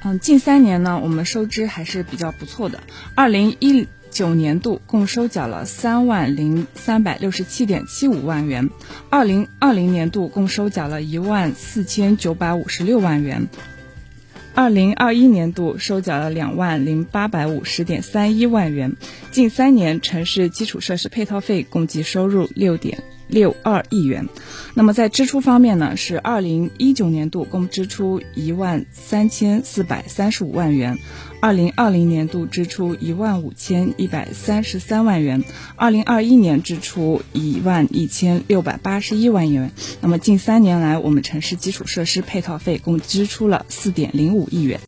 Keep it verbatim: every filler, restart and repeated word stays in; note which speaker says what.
Speaker 1: 嗯，近三年呢，我们收支还是比较不错的。二零一九年度共收缴了三万零三百六十七点七五万元，二零二零年度共收缴了一万四千九百五十六万元，二零二一年度收缴了两万零八百五十点三一万元。近三年城市基础设施配套费共计收入六点六二亿元。那么在支出方面呢，是二零一九年度共支出一万三千四百三十五万元，二零二零年度支出一万五千一百三十三万元，二零二一年支出一万一千六百八十一万元。那么近三年来，我们城市基础设施配套费共支出了四点零五亿元。